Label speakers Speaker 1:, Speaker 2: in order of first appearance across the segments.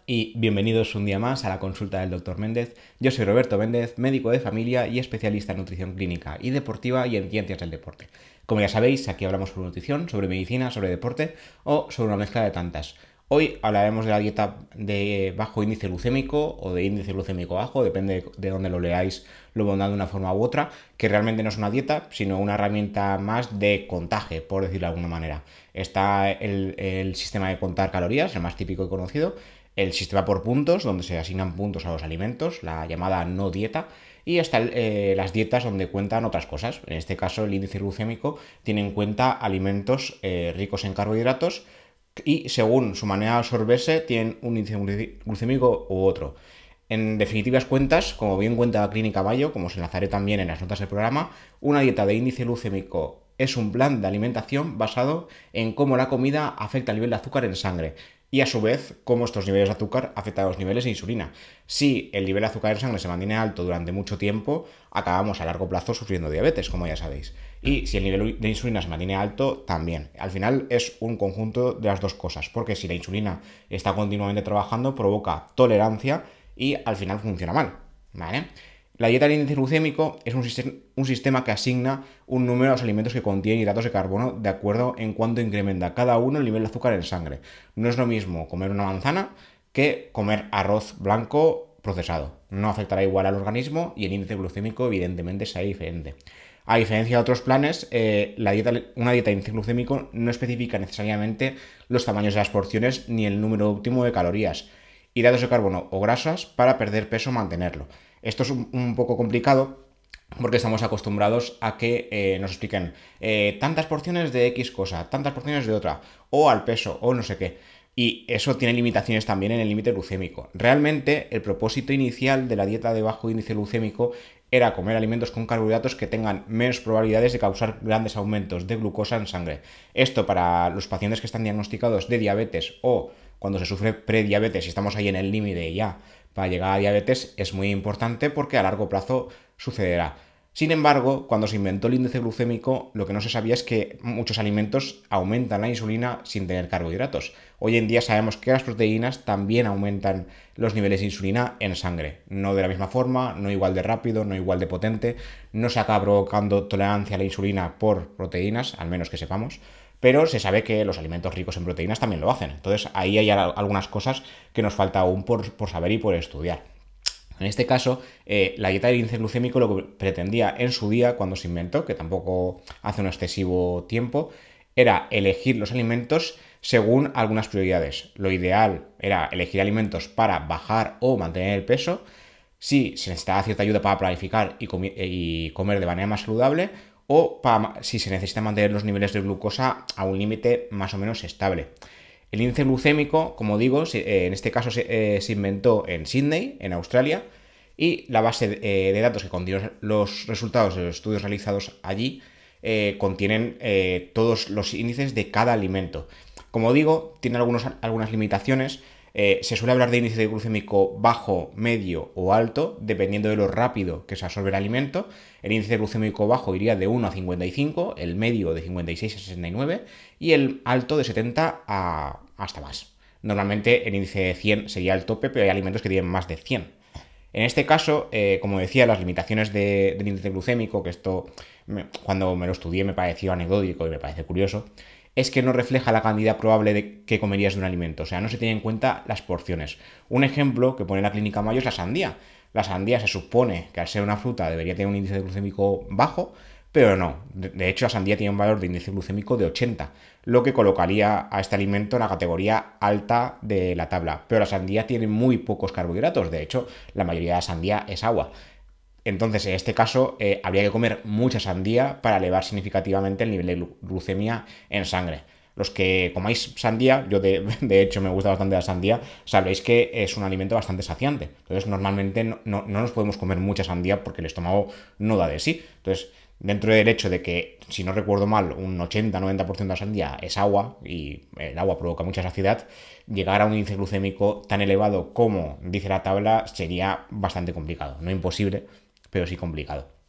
Speaker 1: Y bienvenidos un día más a la consulta del Dr. Méndez. Yo soy Roberto Méndez, médico de familia y especialista en nutrición clínica y deportiva y en ciencias del deporte. Como ya sabéis, aquí hablamos sobre nutrición, sobre medicina, sobre deporte o sobre una mezcla de tantas. Hoy hablaremos de la dieta de bajo índice glucémico o de índice glucémico bajo, depende de dónde lo leáis, lo pondrán de una forma u otra, que realmente no es una dieta, sino una herramienta más de contaje, por decirlo de alguna manera. Está el sistema de contar calorías, el más típico y conocido, el sistema por puntos, donde se asignan puntos a los alimentos, la llamada no dieta, y están las dietas donde cuentan otras cosas. En este caso, el índice glucémico tiene en cuenta alimentos ricos en carbohidratos y según su manera de absorberse tienen un índice glucémico u otro. En definitivas cuentas, como bien cuenta la Clínica Mayo, como os enlazaré también en las notas del programa, una dieta de índice glucémico es un plan de alimentación basado en cómo la comida afecta el nivel de azúcar en sangre y a su vez cómo estos niveles de azúcar afectan a los niveles de insulina. Si el nivel de azúcar en sangre se mantiene alto durante mucho tiempo, acabamos a largo plazo sufriendo diabetes, como ya sabéis. Y si el nivel de insulina se mantiene alto, también. Al final es un conjunto de las dos cosas, porque si la insulina está continuamente trabajando, provoca tolerancia y al final funciona mal, ¿vale? La dieta del índice glucémico es un sistema que asigna un número a los alimentos que contienen hidratos de carbono de acuerdo en cuánto incrementa cada uno el nivel de azúcar en sangre. No es lo mismo comer una manzana que comer arroz blanco procesado. No afectará igual al organismo y el índice glucémico evidentemente será diferente. A diferencia de otros planes, una dieta de índice glucémico no especifica necesariamente los tamaños de las porciones ni el número óptimo de calorías, hidratos de carbono o grasas para perder peso o mantenerlo. Esto es un poco complicado porque estamos acostumbrados a que nos expliquen tantas porciones de X cosa, tantas porciones de otra, o al peso, o no sé qué. Y eso tiene limitaciones también en el límite glucémico. Realmente, el propósito inicial de la dieta de bajo índice glucémico era comer alimentos con carbohidratos que tengan menos probabilidades de causar grandes aumentos de glucosa en sangre. Esto para los pacientes que están diagnosticados de diabetes o cuando se sufre prediabetes y estamos ahí en el límite ya para llegar a diabetes es muy importante porque a largo plazo sucederá. Sin embargo, cuando se inventó el índice glucémico, lo que no se sabía es que muchos alimentos aumentan la insulina sin tener carbohidratos. Hoy en día sabemos que las proteínas también aumentan los niveles de insulina en sangre. No de la misma forma, no igual de rápido, no igual de potente. No se acaba provocando tolerancia a la insulina por proteínas, al menos que sepamos, pero se sabe que los alimentos ricos en proteínas también lo hacen. Entonces ahí hay algunas cosas que nos falta aún por saber y por estudiar. En este caso, la dieta del índice glucémico lo que pretendía en su día, cuando se inventó, que tampoco hace un excesivo tiempo, era elegir los alimentos según algunas prioridades. Lo ideal era elegir alimentos para bajar o mantener el peso, si se necesitaba cierta ayuda para planificar y comer de manera más saludable, o si se necesita mantener los niveles de glucosa a un límite más o menos estable. El índice glucémico, como digo, en este caso se inventó en Sydney, en Australia, y la base de datos que contiene los resultados de los estudios realizados allí contienen todos los índices de cada alimento. Como digo, tiene algunas limitaciones. Se suele hablar de índice glucémico bajo, medio o alto, dependiendo de lo rápido que se absorbe el alimento. El índice glucémico bajo iría de 1 a 55, el medio de 56 a 69 y el alto de 70 hasta más. Normalmente el índice de 100 sería el tope, pero hay alimentos que tienen más de 100. En este caso, como decía, las limitaciones del índice glucémico, que esto cuando me lo estudié me pareció anecdótico y me parece curioso, es que no refleja la cantidad probable de que comerías de un alimento. O sea, no se tiene en cuenta las porciones. Un ejemplo que pone la Clínica Mayo es la sandía. La sandía se supone que al ser una fruta debería tener un índice glucémico bajo, pero no. De hecho, la sandía tiene un valor de índice glucémico de 80, lo que colocaría a este alimento en la categoría alta de la tabla. Pero la sandía tiene muy pocos carbohidratos. De hecho, la mayoría de la sandía es agua. Entonces, en este caso, habría que comer mucha sandía para elevar significativamente el nivel de glucemia en sangre. Los que comáis sandía, yo de hecho me gusta bastante la sandía, sabréis que es un alimento bastante saciante. Entonces, normalmente no nos podemos comer mucha sandía porque el estómago no da de sí. Entonces, dentro del hecho de que, si no recuerdo mal, un 80-90% de la sandía es agua y el agua provoca mucha saciedad, llegar a un índice glucémico tan elevado como dice la tabla sería bastante complicado. No imposible, pero sí complicado.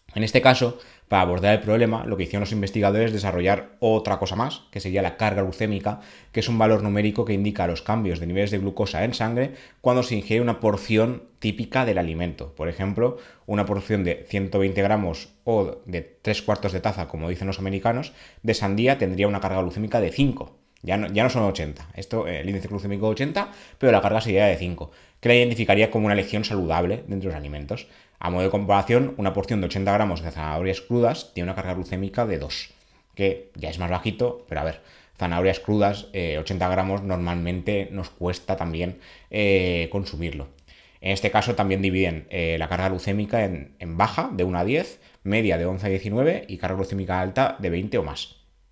Speaker 1: En este caso, para abordar el problema, lo que hicieron los investigadores es desarrollar otra cosa más, que sería la carga glucémica, que es un valor numérico que indica los cambios de niveles de glucosa en sangre cuando se ingiere una porción típica del alimento. Por ejemplo, una porción de 120 gramos o de 3 cuartos de taza, como dicen los americanos, de sandía tendría una carga glucémica de 5. Ya no son 80. El índice glucémico 80, pero la carga sería de 5, que la identificaría como una elección saludable dentro de los alimentos. A modo de comparación, una porción de 80 gramos de zanahorias crudas tiene una carga glucémica de 2, que ya es más bajito, pero a ver, zanahorias crudas, 80 gramos normalmente nos cuesta también consumirlo. En este caso también dividen la carga glucémica en baja, de 1 a 10, media de 11 a 19 y carga glucémica alta de 20 o más.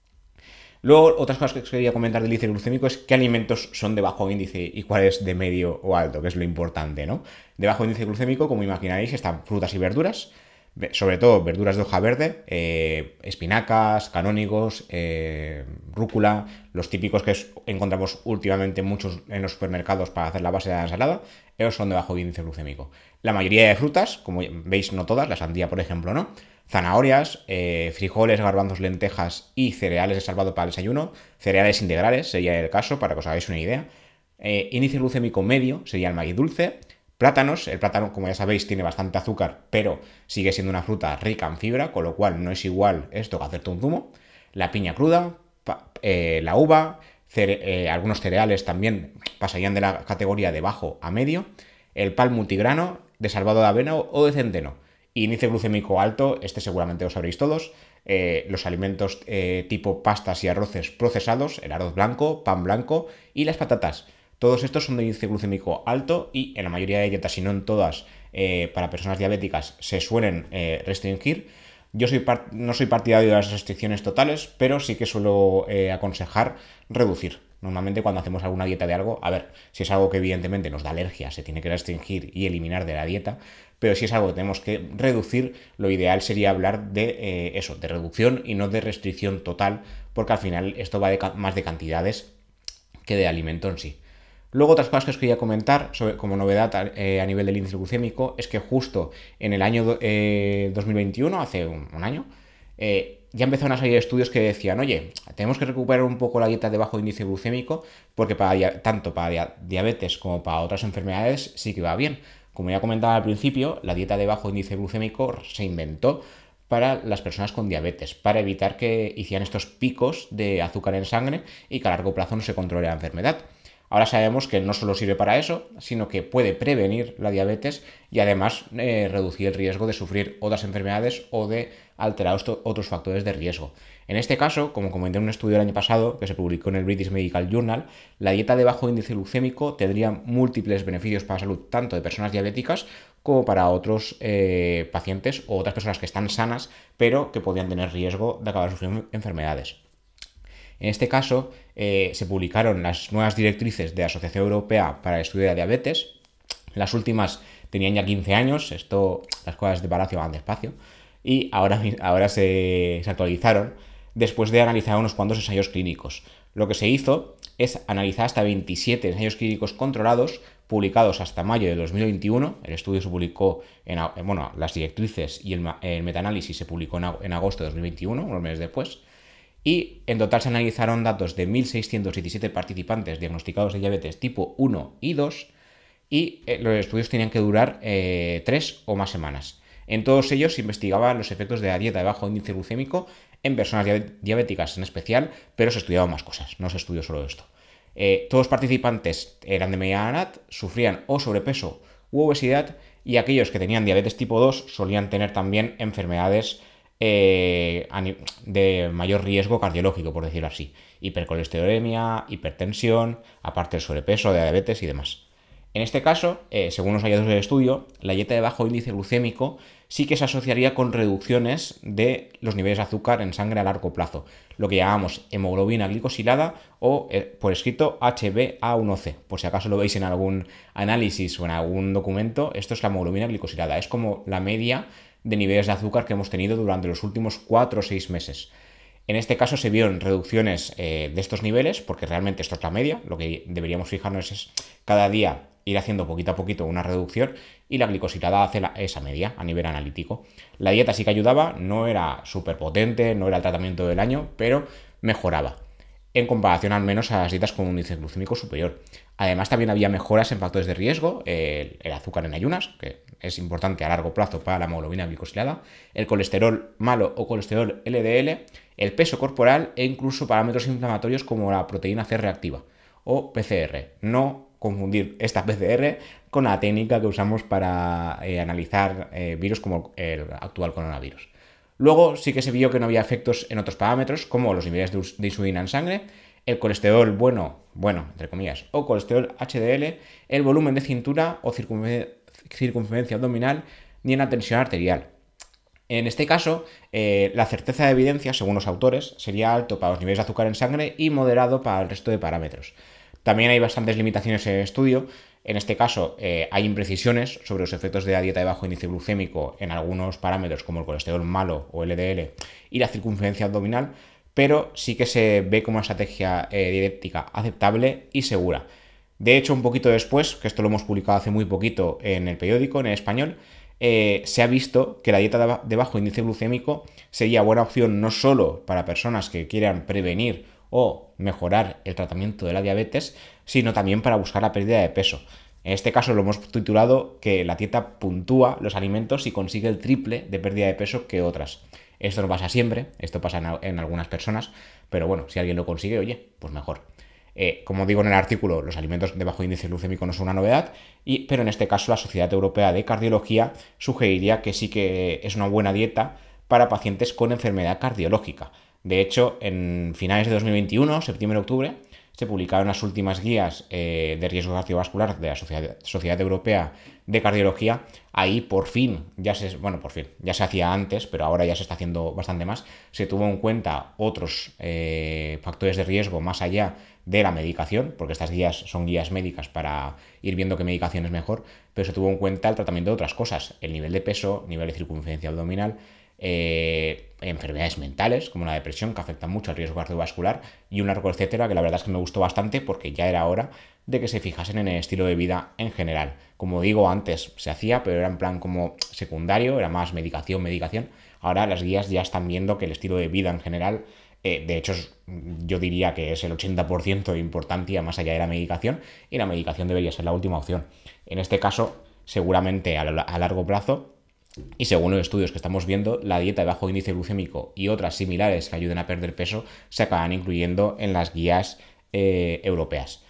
Speaker 1: Luego, otras cosas que os quería comentar del índice glucémico es qué alimentos son de bajo índice y cuáles de medio o alto, que es lo importante, ¿no? De bajo índice glucémico, como imaginaréis, están frutas y verduras, sobre todo verduras de hoja verde, espinacas, canónigos, rúcula, los típicos que encontramos últimamente muchos en los supermercados para hacer la base de la ensalada, esos son de bajo índice glucémico. La mayoría de frutas, como veis, no todas, la sandía, por ejemplo, no. Zanahorias, frijoles, garbanzos, lentejas y cereales de salvado para el desayuno. Cereales integrales sería el caso, para que os hagáis una idea. Índice glucémico medio sería el maíz dulce. Plátanos, el plátano, como ya sabéis, tiene bastante azúcar, pero sigue siendo una fruta rica en fibra, con lo cual no es igual esto que hacerte un zumo. La piña cruda, la uva, algunos cereales también pasarían de la categoría de bajo a medio. El pan multigrano, de salvado de avena o de centeno. Índice glucémico alto, este seguramente lo sabréis todos. Los alimentos tipo pastas y arroces procesados, el arroz blanco, pan blanco y las patatas. Todos estos son de índice glucémico alto y en la mayoría de dietas, si no en todas, para personas diabéticas se suelen restringir. Yo no soy partidario de las restricciones totales, pero sí que suelo aconsejar reducir. Normalmente cuando hacemos alguna dieta de algo, a ver, si es algo que evidentemente nos da alergia, se tiene que restringir y eliminar de la dieta, pero si es algo que tenemos que reducir, lo ideal sería hablar de eso, de reducción y no de restricción total, porque al final esto va más de cantidades que de alimento en sí. Luego, otras cosas que os quería comentar como novedad a nivel del índice glucémico es que justo en el año 2021, hace un año, ya empezaron a salir estudios que decían, oye, tenemos que recuperar un poco la dieta de bajo índice glucémico porque tanto para diabetes como para otras enfermedades sí que va bien. Como ya comentaba al principio, la dieta de bajo índice glucémico se inventó para las personas con diabetes, para evitar que hicieran estos picos de azúcar en sangre y que a largo plazo no se controle la enfermedad. Ahora sabemos que no solo sirve para eso, sino que puede prevenir la diabetes y además reducir el riesgo de sufrir otras enfermedades o de alterar otros factores de riesgo. En este caso, como comenté en un estudio el año pasado que se publicó en el British Medical Journal, la dieta de bajo índice glucémico tendría múltiples beneficios para la salud tanto de personas diabéticas como para otros pacientes o otras personas que están sanas pero que podrían tener riesgo de acabar sufriendo enfermedades. En este caso, se publicaron las nuevas directrices de la Asociación Europea para el Estudio de la Diabetes. Las últimas tenían ya 15 años, las cosas de Palacio van despacio, y ahora se actualizaron después de analizar unos cuantos ensayos clínicos. Lo que se hizo es analizar hasta 27 ensayos clínicos controlados publicados hasta mayo de 2021. El estudio se publicó, las directrices y el metaanálisis se publicó en agosto de 2021, unos meses después. Y en total se analizaron datos de 1.617 participantes diagnosticados de diabetes tipo 1 y 2 y los estudios tenían que durar 3 o más semanas. En todos ellos se investigaban los efectos de la dieta de bajo índice glucémico en personas diabéticas en especial, pero se estudiaban más cosas, no se estudió solo esto. Todos los participantes eran de mediana edad, sufrían o sobrepeso u obesidad y aquellos que tenían diabetes tipo 2 solían tener también enfermedades de mayor riesgo cardiológico, por decirlo así. Hipercolesterolemia, hipertensión, aparte del sobrepeso, de diabetes y demás. En este caso, según los hallazgos del estudio, la dieta de bajo índice glucémico sí que se asociaría con reducciones de los niveles de azúcar en sangre a largo plazo, lo que llamamos hemoglobina glicosilada o, por escrito, HbA1c. Por si acaso lo veis en algún análisis o en algún documento, esto es la hemoglobina glicosilada, es como la media de niveles de azúcar que hemos tenido durante los últimos 4 o 6 meses. En este caso se vieron reducciones de estos niveles, porque realmente esto es la media, lo que deberíamos fijarnos es cada día ir haciendo poquito a poquito una reducción y la glicosilada hace esa media a nivel analítico. La dieta sí que ayudaba, no era súper potente, no era el tratamiento del año, pero mejoraba en comparación al menos a las dietas con un índice glucémico superior. Además también había mejoras en factores de riesgo, el azúcar en ayunas, que es importante a largo plazo para la hemoglobina glicosilada, el colesterol malo o colesterol LDL, el peso corporal e incluso parámetros inflamatorios como la proteína C reactiva o PCR. No confundir esta PCR con la técnica que usamos para analizar virus como el actual coronavirus. Luego sí que se vio que no había efectos en otros parámetros, como los niveles de insulina en sangre, el colesterol bueno, entre comillas, o colesterol HDL, el volumen de cintura o circunferencia abdominal, ni en la tensión arterial. En este caso, la certeza de evidencia, según los autores, sería alto para los niveles de azúcar en sangre y moderado para el resto de parámetros. También hay bastantes limitaciones en el estudio. En este caso, hay imprecisiones sobre los efectos de la dieta de bajo índice glucémico en algunos parámetros como el colesterol malo o LDL y la circunferencia abdominal, pero sí que se ve como una estrategia dietética aceptable y segura. De hecho, un poquito después, que esto lo hemos publicado hace muy poquito en el periódico, en el español, se ha visto que la dieta de bajo índice glucémico sería buena opción no solo para personas que quieran prevenir o mejorar el tratamiento de la diabetes, sino también para buscar la pérdida de peso. En este caso lo hemos titulado que la dieta puntúa los alimentos y consigue el triple de pérdida de peso que otras. Esto no pasa siempre, esto pasa en algunas personas, pero bueno, si alguien lo consigue, oye, pues mejor. Como digo en el artículo, los alimentos de bajo índice glucémico no son una novedad, pero en este caso la Sociedad Europea de Cardiología sugeriría que sí que es una buena dieta para pacientes con enfermedad cardiológica. De hecho, en finales de 2021, septiembre-octubre, se publicaron las últimas guías de riesgo cardiovascular de la Sociedad Europea de Cardiología. Ahí por fin, ya se hacía antes, pero ahora ya se está haciendo bastante más, se tuvo en cuenta otros factores de riesgo más allá de la medicación, porque estas guías son guías médicas para ir viendo qué medicación es mejor, pero se tuvo en cuenta el tratamiento de otras cosas, el nivel de peso, nivel de circunferencia abdominal, enfermedades mentales como la depresión que afectan mucho al riesgo cardiovascular y un largo etcétera que la verdad es que me gustó bastante porque ya era hora de que se fijasen en el estilo de vida en general. Como digo, antes se hacía, pero era en plan como secundario, era más medicación. Ahora las guías ya están viendo que el estilo de vida en general, de hecho yo diría que es el 80% de importancia más allá de la medicación, y la medicación debería ser la última opción. En este caso, seguramente a largo plazo, y según los estudios que estamos viendo, la dieta de bajo índice glucémico y otras similares que ayuden a perder peso se acaban incluyendo en las guías europeas.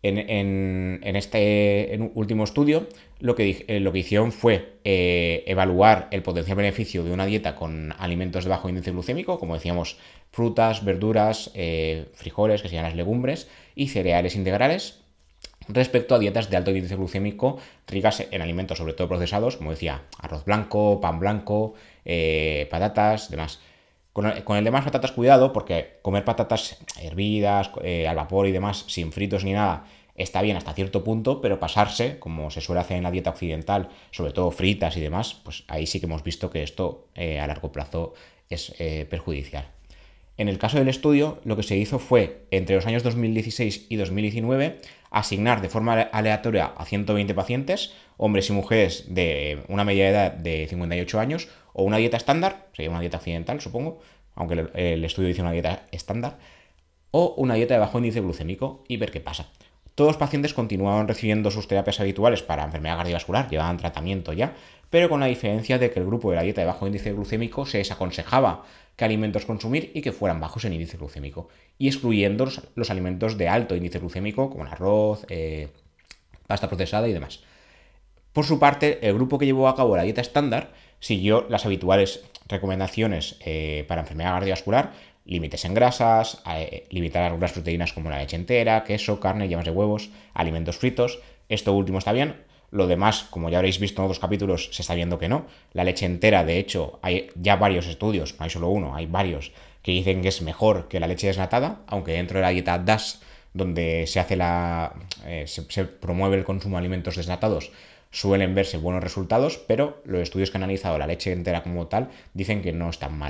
Speaker 1: En este último estudio, lo que hicieron fue evaluar el potencial beneficio de una dieta con alimentos de bajo índice glucémico, como decíamos, frutas, verduras, frijoles, que serían las legumbres, y cereales integrales, respecto a dietas de alto índice glucémico ricas en alimentos, sobre todo procesados, como decía, arroz blanco, pan blanco, patatas, demás. Con el demás patatas cuidado, porque comer patatas hervidas, al vapor y demás, sin fritos ni nada, está bien hasta cierto punto, pero pasarse, como se suele hacer en la dieta occidental, sobre todo fritas y demás, pues ahí sí que hemos visto que esto a largo plazo es perjudicial. En el caso del estudio, lo que se hizo fue, entre los años 2016 y 2019, asignar de forma aleatoria a 120 pacientes, hombres y mujeres de una media edad de 58 años, o una dieta estándar, sería una dieta occidental, supongo, aunque el estudio dice una dieta estándar, o una dieta de bajo índice glucémico, y ver qué pasa. Todos los pacientes continuaban recibiendo sus terapias habituales para enfermedad cardiovascular, llevaban tratamiento ya, pero con la diferencia de que el grupo de la dieta de bajo índice glucémico se desaconsejaba qué alimentos consumir y que fueran bajos en índice glucémico, y excluyendo los alimentos de alto índice glucémico, como el arroz, pasta procesada y demás. Por su parte, el grupo que llevó a cabo la dieta estándar siguió las habituales recomendaciones para enfermedad cardiovascular: límites en grasas, limitar algunas proteínas como la leche entera, queso, carne, yemas de huevos, alimentos fritos. Esto último está bien. Lo demás, como ya habréis visto en otros capítulos, se está viendo que no. La leche entera, de hecho, hay ya varios estudios, no hay solo uno, hay varios, que dicen que es mejor que la leche desnatada, aunque dentro de la dieta DAS, donde se hace se promueve el consumo de alimentos desnatados, suelen verse buenos resultados, pero los estudios que han analizado la leche entera como tal dicen que no es tan mala.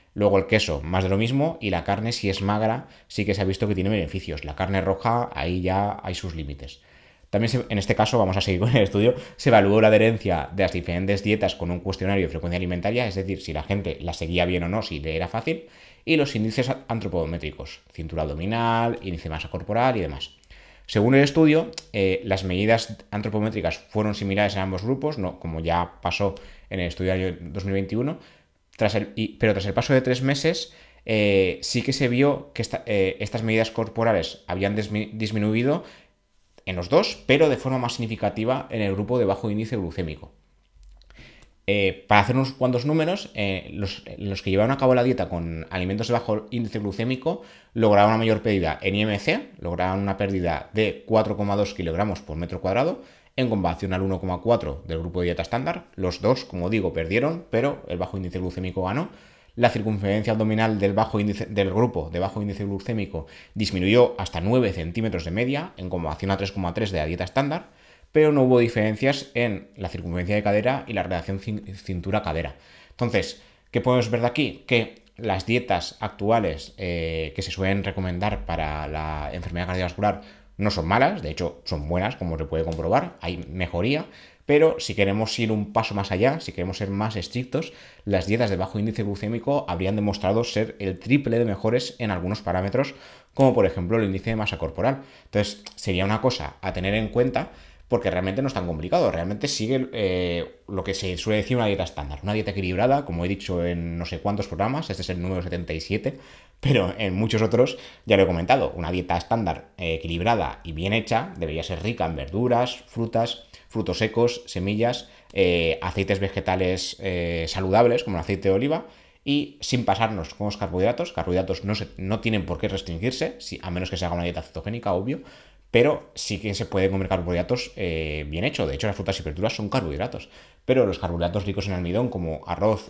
Speaker 1: Luego el queso, más de lo mismo, y la carne, si es magra, sí que se ha visto que tiene beneficios. La carne roja, ahí ya hay sus límites. También en este caso, vamos a seguir con el estudio, se evaluó la adherencia de las diferentes dietas con un cuestionario de frecuencia alimentaria, es decir, si la gente la seguía bien o no, si le era fácil, y los índices antropométricos, cintura abdominal, índice de masa corporal y demás. Según el estudio, las medidas antropométricas fueron similares en ambos grupos, no como ya pasó en el estudio del año 2021, pero tras el paso de 3 meses sí que se vio que estas medidas corporales habían disminuido en los dos, pero de forma más significativa en el grupo de bajo índice glucémico. Para hacer unos cuantos números, los que llevaron a cabo la dieta con alimentos de bajo índice glucémico lograron una mayor pérdida en IMC, lograron una pérdida de 4,2 kilogramos por metro cuadrado, en comparación al 1,4 del grupo de dieta estándar. Los dos, como digo, perdieron, pero el bajo índice glucémico ganó. La circunferencia abdominal del grupo de bajo índice glucémico disminuyó hasta 9 centímetros de media, en comparación a 3,3 de la dieta estándar, pero no hubo diferencias en la circunferencia de cadera y la relación cintura-cadera. Entonces, ¿qué podemos ver de aquí? Que las dietas actuales que se suelen recomendar para la enfermedad cardiovascular no son malas, de hecho son buenas, como se puede comprobar, hay mejoría, pero si queremos ir un paso más allá, si queremos ser más estrictos, las dietas de bajo índice glucémico habrían demostrado ser el triple de mejores en algunos parámetros, como por ejemplo el índice de masa corporal. Entonces, sería una cosa a tener en cuenta, porque realmente no es tan complicado, realmente sigue lo que se suele decir una dieta estándar, una dieta equilibrada, como he dicho en no sé cuántos programas, este es el número 77, pero en muchos otros ya lo he comentado, una dieta estándar equilibrada y bien hecha debería ser rica en verduras, frutas, frutos secos, semillas, aceites vegetales saludables, como el aceite de oliva, y sin pasarnos con los carbohidratos. Carbohidratos no tienen por qué restringirse, a menos que se haga una dieta cetogénica, obvio, pero sí que se puede comer carbohidratos bien hecho. De hecho, las frutas y verduras son carbohidratos, pero los carbohidratos ricos en almidón, como arroz,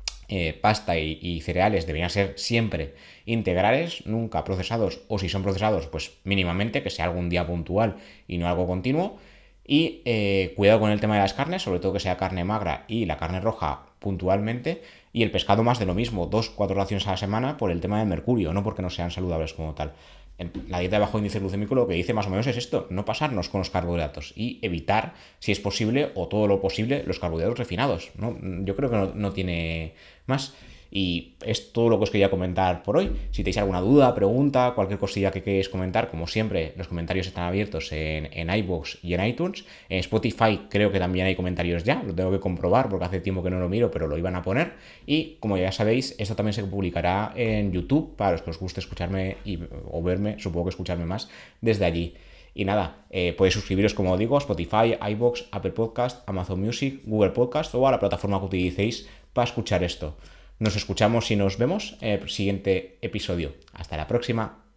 Speaker 1: pasta y cereales, deberían ser siempre integrales, nunca procesados, o si son procesados, pues mínimamente, que sea algún día puntual y no algo continuo. Y cuidado con el tema de las carnes, sobre todo que sea carne magra y la carne roja puntualmente, y el pescado más de lo mismo, 2-4 raciones a la semana por el tema del mercurio, no porque no sean saludables como tal. La dieta de bajo índice glucémico lo que dice más o menos es esto, no pasarnos con los carbohidratos y evitar, si es posible, o todo lo posible, los carbohidratos refinados, ¿no? Yo creo que no tiene más. Y es todo lo que os quería comentar por hoy. Si tenéis alguna duda, pregunta, cualquier cosilla que queréis comentar, como siempre, los comentarios están abiertos en iVoox y en iTunes. En Spotify creo que también hay comentarios ya, lo tengo que comprobar porque hace tiempo que no lo miro, pero lo iban a poner. Y como ya sabéis, esto también se publicará en YouTube para los que os guste escucharme o verme, supongo que escucharme más desde allí. Y nada, podéis suscribiros, como digo, a Spotify, iVoox, Apple Podcast, Amazon Music, Google Podcast o a la plataforma que utilicéis para escuchar esto. Nos escuchamos y nos vemos en el siguiente episodio. Hasta la próxima.